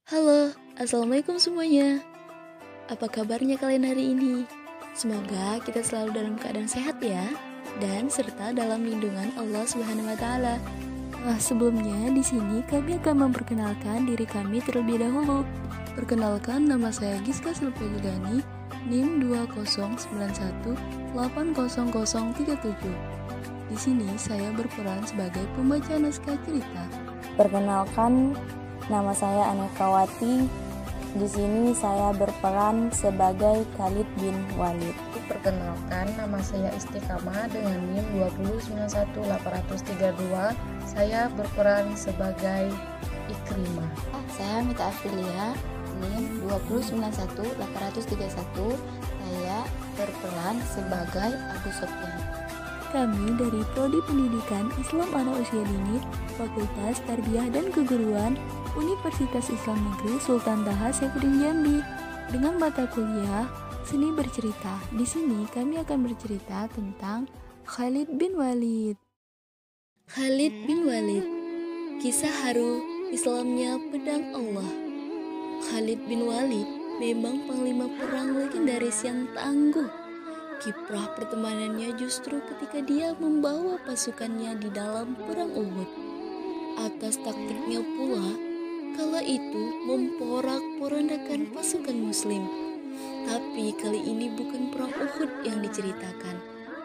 Halo, Assalamualaikum semuanya. Apa kabarnya kalian hari ini? Semoga kita selalu dalam keadaan sehat ya, dan serta dalam lindungan Allah Subhanahu wa taala. Nah, sebelumnya di sini kami akan memperkenalkan diri kami terlebih dahulu. Perkenalkan, nama saya Giska Sulfegudani, NIM 2091800037. Di sini saya berperan sebagai pembaca naskah cerita. Perkenalkan, nama saya Anekawati. Di sini saya berperan sebagai Khalid bin Walid. Perkenalkan, nama saya Istiqamah dengan NIM 2091832. Saya berperan sebagai Ikrimah. Saya Mita Afilia, NIM 2091831. Saya berperan sebagai Abu Sofyan. Kami dari Prodi Pendidikan Islam Anak Usia Dini, Fakultas Tarbiyah dan Keguruan, Universitas Islam Negeri Sultan Taha Saifuddin Jambi, dengan mata kuliah Seni Bercerita. Di sini kami akan bercerita tentang Khalid bin Walid. Khalid bin Walid, kisah haru Islamnya pedang Allah. Khalid bin Walid memang panglima perang legendaris yang tangguh. Kiprah pertemanannya justru ketika dia membawa pasukannya di dalam perang Uhud. Atas taktiknya pula, kala itu memporak-porandakan pasukan muslim. Tapi kali ini bukan perang Uhud yang diceritakan.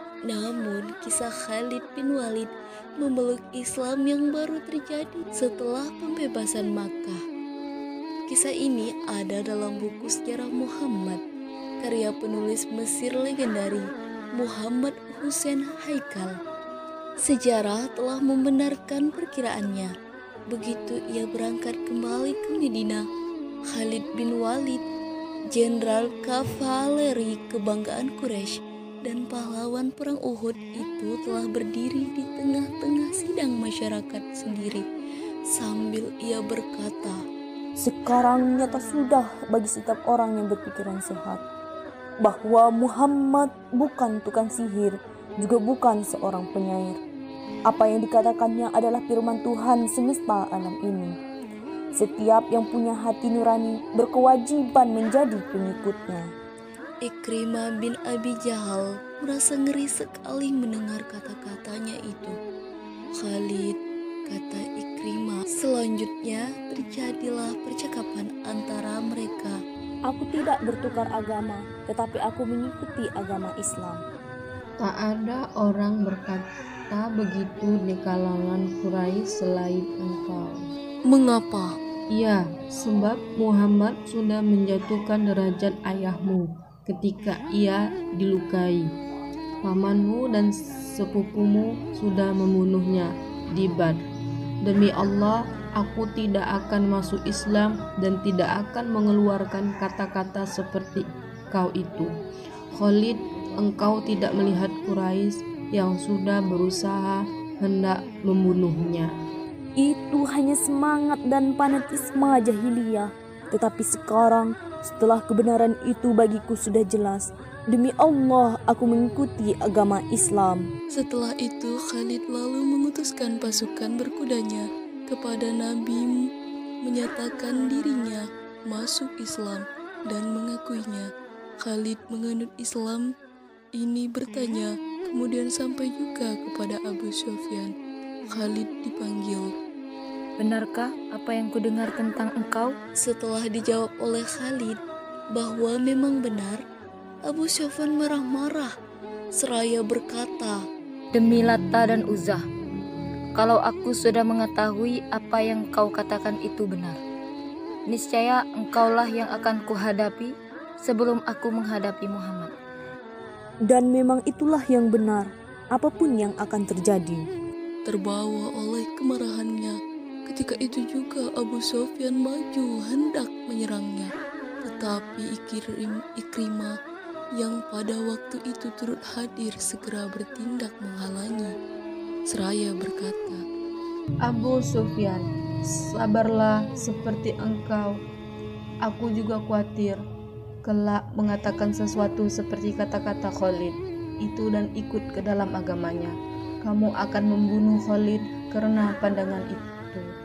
Namun kisah Khalid bin Walid memeluk Islam yang baru terjadi setelah pembebasan Makkah. Kisah ini ada dalam buku Sejarah Muhammad, karya penulis Mesir legendari Muhammad Hussein Haikal. Sejarah telah membenarkan perkiraannya. Begitu ia berangkat kembali ke Madinah, Khalid bin Walid, jenderal kavaleri kebanggaan Quraisy dan pahlawan perang Uhud itu telah berdiri di tengah-tengah sidang masyarakat sendiri sambil ia berkata, Sekarang nyata sudah bagi setiap orang yang berpikiran sehat bahwa Muhammad bukan tukang sihir, juga bukan seorang penyair. Apa yang dikatakannya adalah firman Tuhan semesta alam ini. Setiap yang punya hati nurani berkewajiban menjadi pengikutnya. Ikrimah bin Abi Jahal merasa ngeri sekali mendengar kata-katanya itu. Khalid, kata Ikrimah. Selanjutnya terjadilah percakapan antara mereka. Aku tidak bertukar agama, tetapi aku mengikuti agama Islam. Tak ada orang berkata begitu di kalangan Quraisy selain engkau. Mengapa? Ya, sebab Muhammad sudah menjatuhkan derajat ayahmu ketika ia dilukai. Pamanmu dan sepupumu sudah membunuhnya di Badr. Demi Allah, aku tidak akan masuk Islam dan tidak akan mengeluarkan kata-kata seperti kau itu. Khalid, engkau tidak melihat Quraisy yang sudah berusaha hendak membunuhnya. Itu hanya semangat dan fanatisme jahiliyah. Tetapi sekarang, setelah kebenaran itu bagiku sudah jelas, demi Allah aku mengikuti agama Islam. Setelah itu Khalid lalu mengutuskan pasukan berkudanya kepada Nabi menyatakan dirinya masuk Islam dan mengakuinya. Khalid menganut Islam ini bertanya, kemudian sampai juga kepada Abu Sofyan. Khalid dipanggil. Benarkah apa yang kudengar tentang engkau? Setelah dijawab oleh Khalid bahwa memang benar, Abu Sofyan marah-marah seraya berkata, Demi Lata dan Uzza, kalau aku sudah mengetahui apa yang kau katakan itu benar, niscaya engkaulah yang akan kuhadapi sebelum aku menghadapi Muhammad. Dan memang itulah yang benar, apapun yang akan terjadi. Terbawa oleh kemarahannya, ketika itu juga Abu Sofyan maju hendak menyerangnya. Tetapi Ikrimah yang pada waktu itu turut hadir segera bertindak menghalangi. Seraya berkata, Abu Sufyan, sabarlah seperti engkau. Aku juga khawatir kelak mengatakan sesuatu seperti kata-kata Khalid itu dan ikut ke dalam agamanya. Kamu akan membunuh Khalid karena pandangan itu.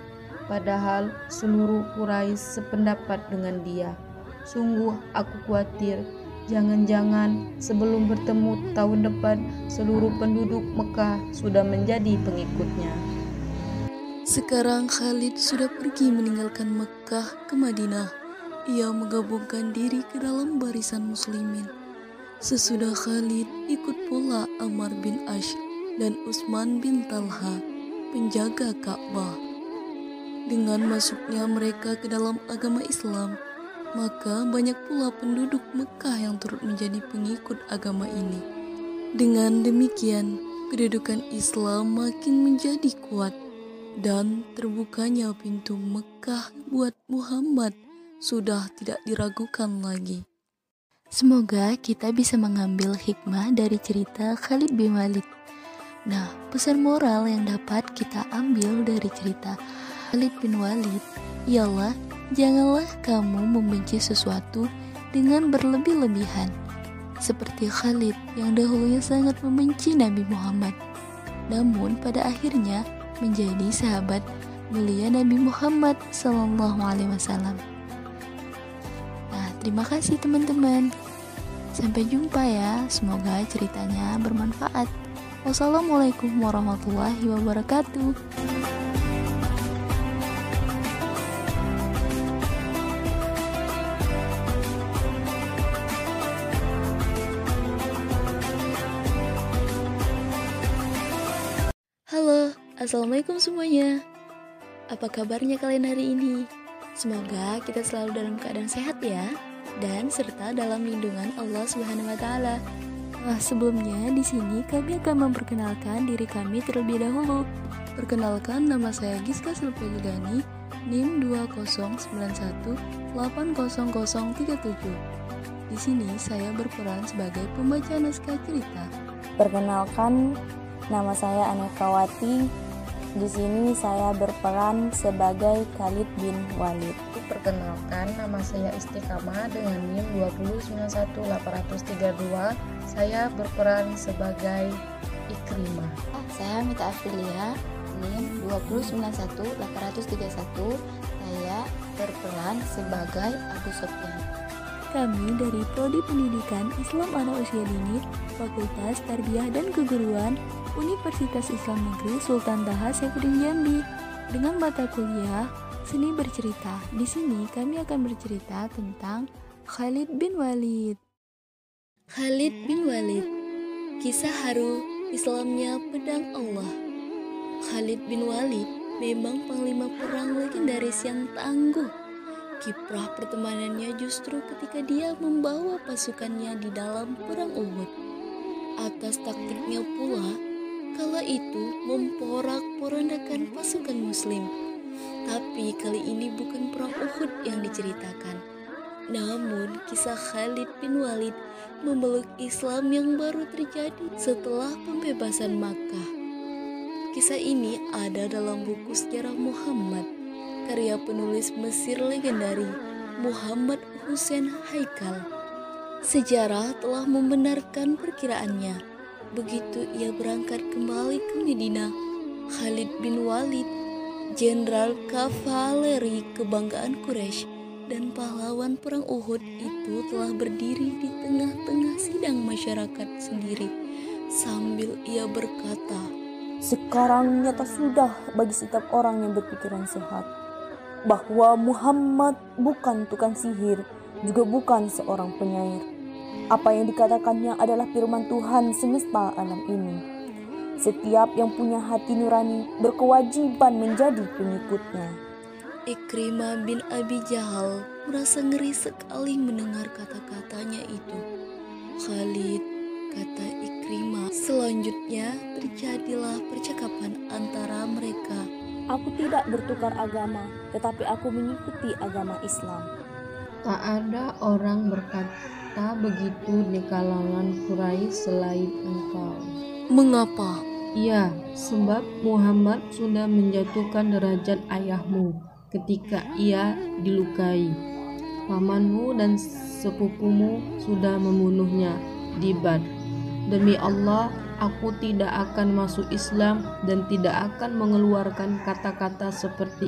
padahal seluruh Quraisy sependapat dengan dia. Sungguh aku khawatir, jangan-jangan sebelum bertemu tahun depan seluruh penduduk Mekah sudah menjadi pengikutnya. Sekarang Khalid sudah pergi meninggalkan Mekah ke Madinah. Ia menggabungkan diri ke dalam barisan muslimin. Sesudah Khalid ikut pula Ammar bin Ash dan Utsman bin Talha, penjaga Ka'bah. Dengan masuknya mereka ke dalam agama Islam, maka banyak pula penduduk Mekah yang turut menjadi pengikut agama ini. Dengan demikian, kedudukan Islam makin menjadi kuat dan terbukanya pintu Mekah buat Muhammad sudah tidak diragukan lagi. Semoga kita bisa mengambil hikmah dari cerita Khalid bin Walid. Nah, pesan moral yang dapat kita ambil dari cerita Khalid bin Walid ialah janganlah kamu membenci sesuatu dengan berlebih-lebihan. Seperti Khalid yang dahulunya sangat membenci Nabi Muhammad, namun pada akhirnya menjadi sahabat mulia Nabi Muhammad SAW. Nah, terima kasih teman-teman. Sampai jumpa ya, semoga ceritanya bermanfaat. Wassalamualaikum warahmatullahi wabarakatuh. Halo, assalamualaikum semuanya. Apa kabarnya kalian hari ini? Semoga kita selalu dalam keadaan sehat ya, dan serta dalam lindungan Allah Subhanahu wa taala. Nah, sebelumnya di sini kami akan memperkenalkan diri kami terlebih dahulu. Perkenalkan, nama saya Giska Sulfegani, NIM 209180037. Di sini saya berperan sebagai pembaca naskah cerita. Perkenalkan, nama saya Anefawati. Di sini saya berperan sebagai Khalid bin Walid. Perkenalkan, nama saya Istiqamah dengan NIM 2918832. Saya berperan sebagai Ikrimah. Saya Mita Aprilia, NIM 2918831. Saya berperan sebagai Abu Sofyan. Kami dari Prodi Pendidikan Islam Anak Usia Dini, Fakultas Tarbiyah dan Keguruan, Universitas Islam Negeri Sultan Taha Saifuddin Jambi, dengan mata kuliah Seni Bercerita. Di sini kami akan bercerita tentang Khalid bin Walid. Khalid bin Walid, kisah haru Islamnya pedang Allah. Khalid bin Walid memang panglima perang legendaris yang tangguh. Kiprah pertemanannya justru ketika dia membawa pasukannya di dalam perang Uhud. Atas taktiknya pula, kala itu memporak-porandakan pasukan muslim. Tapi kali ini bukan perang Uhud yang diceritakan, namun kisah Khalid bin Walid memeluk Islam yang baru terjadi setelah pembebasan Makkah. Kisah ini ada dalam buku Sejarah Muhammad, karya penulis Mesir legendari Muhammad Hussein Haikal. Sejarah telah membenarkan perkiraannya. Begitu ia berangkat kembali ke Madinah, Khalid bin Walid, jenderal kavaleri kebanggaan Quraisy dan pahlawan perang Uhud itu telah berdiri di tengah-tengah sidang masyarakat sendiri sambil ia berkata, Sekarang nyata sudah bagi setiap orang yang berpikiran sehat bahwa Muhammad bukan tukang sihir, juga bukan seorang penyair. Apa yang dikatakannya adalah firman Tuhan semesta alam ini. Setiap yang punya hati nurani berkewajiban menjadi pengikutnya. Ikrimah bin Abi Jahal merasa ngeri sekali mendengar kata-katanya itu. Khalid, kata Ikrimah. Selanjutnya terjadilah percakapan antara mereka. Aku tidak bertukar agama, tetapi aku mengikuti agama Islam. Tak ada orang berkata begitu di kalangan Quraisy selain engkau. Mengapa? Ya, sebab Muhammad sudah menjatuhkan derajat ayahmu ketika ia dilukai. Pamanmu dan sepupumu sudah membunuhnya di Badr. Demi Allah, aku tidak akan masuk Islam dan tidak akan mengeluarkan kata-kata seperti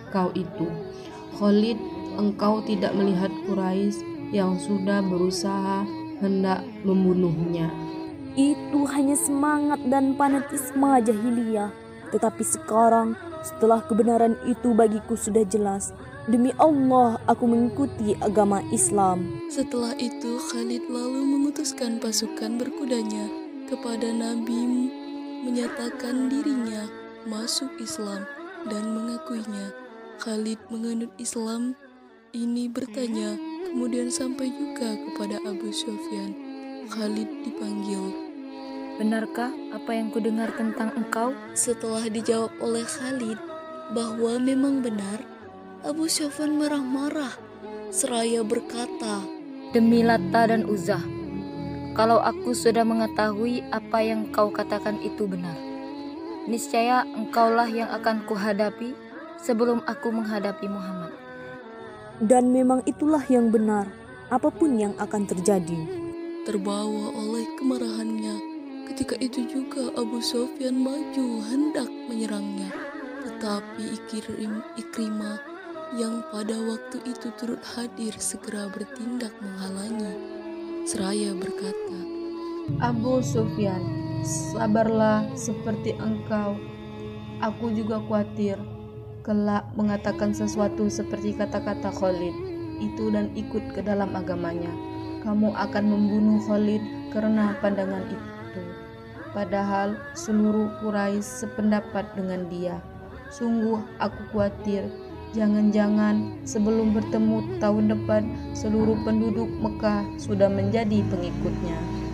kau itu. Khalid, engkau tidak melihat Quraisy yang sudah berusaha hendak membunuhnya. Itu hanya semangat dan fanatisme jahiliyah. Tetapi sekarang, setelah kebenaran itu bagiku sudah jelas, demi Allah aku mengikuti agama Islam. Setelah itu Khalid lalu mengutuskan pasukan berkudanya kepada Nabi menyatakan dirinya masuk Islam dan mengakuinya. Khalid menganut Islam ini bertanya, kemudian sampai juga kepada Abu Sufyan. Khalid dipanggil. Benarkah apa yang kudengar tentang engkau? Setelah dijawab oleh Khalid bahwa memang benar, Abu Sufyan marah-marah seraya berkata, Demi Lata dan Uzzah, kalau aku sudah mengetahui apa yang kau katakan itu benar, niscaya engkaulah yang akan kuhadapi sebelum aku menghadapi Muhammad. Dan memang itulah yang benar, apapun yang akan terjadi. Terbawa oleh kemarahannya, ketika itu juga Abu Sufyan maju hendak menyerangnya. Tetapi Ikrimah yang pada waktu itu turut hadir segera bertindak menghalangi. Seraya berkata, Abu Sufyan, sabarlah seperti engkau. Aku juga khawatir kelak mengatakan sesuatu seperti kata-kata Khalid itu dan ikut ke dalam agamanya. Kamu akan membunuh Khalid karena pandangan itu. Padahal seluruh Quraisy sependapat dengan dia. Sungguh aku khawatir, jangan-jangan sebelum bertemu tahun depan seluruh penduduk Mekah sudah menjadi pengikutnya.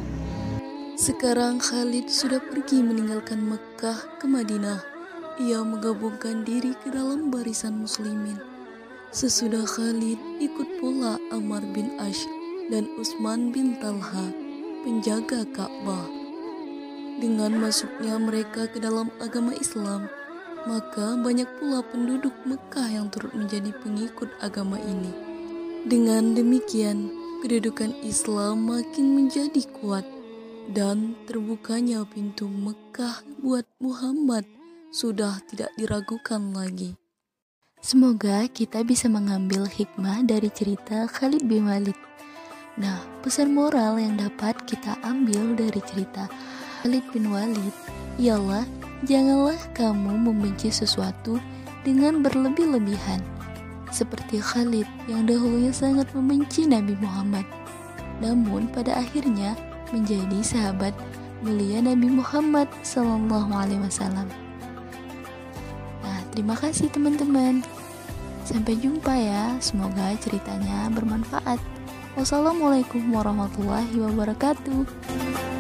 Sekarang Khalid sudah pergi meninggalkan Mekah ke Madinah. Ia menggabungkan diri ke dalam barisan muslimin. Sesudah Khalid ikut pula Ammar bin Ash dan Utsman bin Talha, penjaga Ka'bah. Dengan masuknya mereka ke dalam agama Islam, maka banyak pula penduduk Mekah yang turut menjadi pengikut agama ini. Dengan demikian, kedudukan Islam makin menjadi kuat dan terbukanya pintu Mekah buat Muhammad sudah tidak diragukan lagi. Semoga kita bisa mengambil hikmah dari cerita Khalid bin Walid. Nah, pesan moral yang dapat kita ambil dari cerita Khalid bin Walid ialah janganlah kamu membenci sesuatu dengan berlebih-lebihan. Seperti Khalid yang dahulunya sangat membenci Nabi Muhammad, namun pada akhirnya menjadi sahabat mulia Nabi Muhammad SAW. Terima kasih teman-teman. Sampai jumpa ya. Semoga ceritanya bermanfaat. Wassalamualaikum warahmatullahi wabarakatuh.